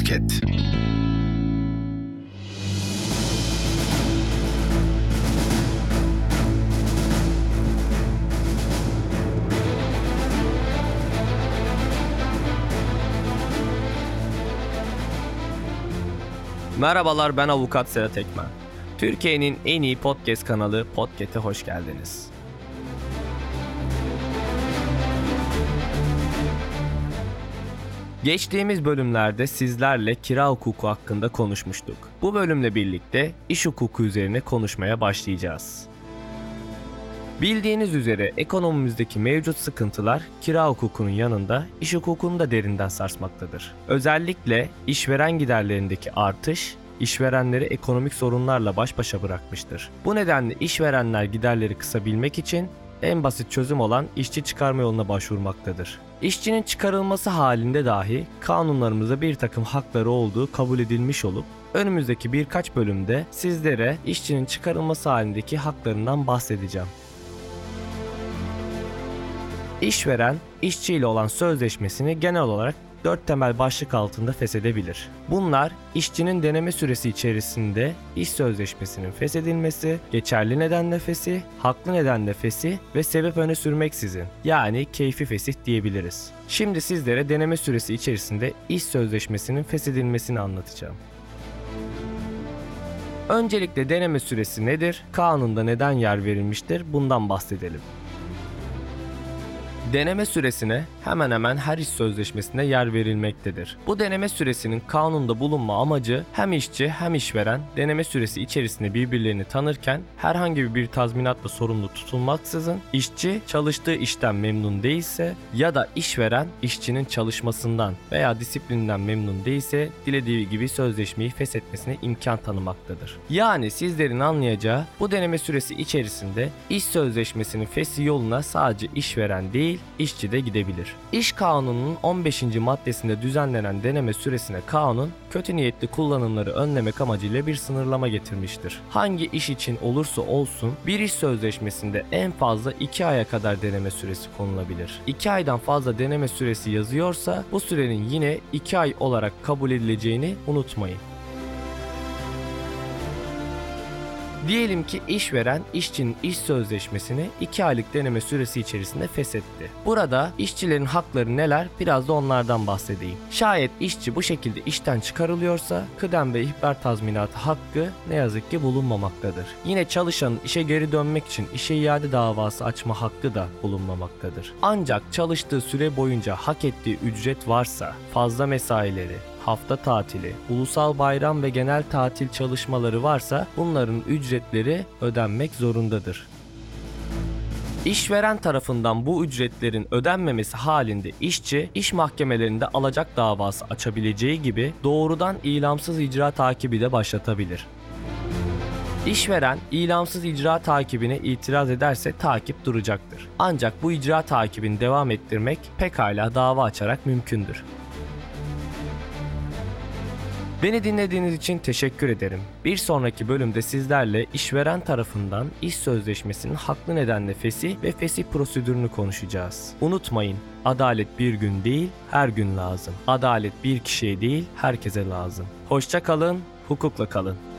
Podcast. Merhabalar, ben Avukat Serhat Ekmen. Türkiye'nin en iyi podcast kanalı Podcast'e hoş geldiniz. Geçtiğimiz bölümlerde sizlerle kira hukuku hakkında konuşmuştuk. Bu bölümle birlikte iş hukuku üzerine konuşmaya başlayacağız. Bildiğiniz üzere ekonomimizdeki mevcut sıkıntılar kira hukukunun yanında iş hukukunu da derinden sarsmaktadır. Özellikle işveren giderlerindeki artış, işverenleri ekonomik sorunlarla baş başa bırakmıştır. Bu nedenle işverenler giderleri kısabilmek için en basit çözüm olan işçi çıkarma yoluna başvurmaktadır. İşçinin çıkarılması halinde dahi kanunlarımızda bir takım hakları olduğu kabul edilmiş olup önümüzdeki birkaç bölümde sizlere işçinin çıkarılması halindeki haklarından bahsedeceğim. İşveren, işçi ile olan sözleşmesini genel olarak 4 temel başlık altında feshedebilir. Bunlar, işçinin deneme süresi içerisinde iş sözleşmesinin feshedilmesi, geçerli nedenle feshi, haklı nedenle feshi ve sebep öne sürmeksizin, yani keyfi fesih diyebiliriz. Şimdi sizlere deneme süresi içerisinde iş sözleşmesinin feshedilmesini anlatacağım. Öncelikle deneme süresi nedir? Kanunda neden yer verilmiştir? Bundan bahsedelim. Deneme süresine hemen hemen her iş sözleşmesinde yer verilmektedir. Bu deneme süresinin kanunda bulunma amacı hem işçi hem işveren deneme süresi içerisinde birbirlerini tanırken herhangi bir tazminatla sorumlu tutulmaksızın işçi çalıştığı işten memnun değilse ya da işveren işçinin çalışmasından veya disiplininden memnun değilse dilediği gibi sözleşmeyi feshetmesine imkan tanımaktadır. Yani sizlerin anlayacağı bu deneme süresi içerisinde iş sözleşmesinin feshi yoluna sadece işveren değil, işçi de gidebilir. İş Kanunu'nun 15. maddesinde düzenlenen deneme süresine kanun, kötü niyetli kullanımları önlemek amacıyla bir sınırlama getirmiştir. Hangi iş için olursa olsun bir iş sözleşmesinde en fazla 2 aya kadar deneme süresi konulabilir. 2 aydan fazla deneme süresi yazıyorsa bu sürenin yine 2 ay olarak kabul edileceğini unutmayın. Diyelim ki işveren işçinin iş sözleşmesini 2 aylık deneme süresi içerisinde feshetti. Burada işçilerin hakları neler? Biraz da onlardan bahsedeyim. Şayet işçi bu şekilde işten çıkarılıyorsa kıdem ve ihbar tazminatı hakkı ne yazık ki bulunmamaktadır. Yine çalışanın işe geri dönmek için işe iade davası açma hakkı da bulunmamaktadır. Ancak çalıştığı süre boyunca hak ettiği ücret varsa, fazla mesaileri, hafta tatili, ulusal bayram ve genel tatil çalışmaları varsa bunların ücretleri ödenmek zorundadır. İşveren tarafından bu ücretlerin ödenmemesi halinde işçi, iş mahkemelerinde alacak davası açabileceği gibi doğrudan ilamsız icra takibi de başlatabilir. İşveren ilamsız icra takibine itiraz ederse takip duracaktır. Ancak bu icra takibini devam ettirmek pekala dava açarak mümkündür. Beni dinlediğiniz için teşekkür ederim. Bir sonraki bölümde sizlerle işveren tarafından iş sözleşmesinin haklı nedenle feshi ve fesih prosedürünü konuşacağız. Unutmayın, adalet bir gün değil, her gün lazım. Adalet bir kişiye değil, herkese lazım. Hoşça kalın, hukukla kalın.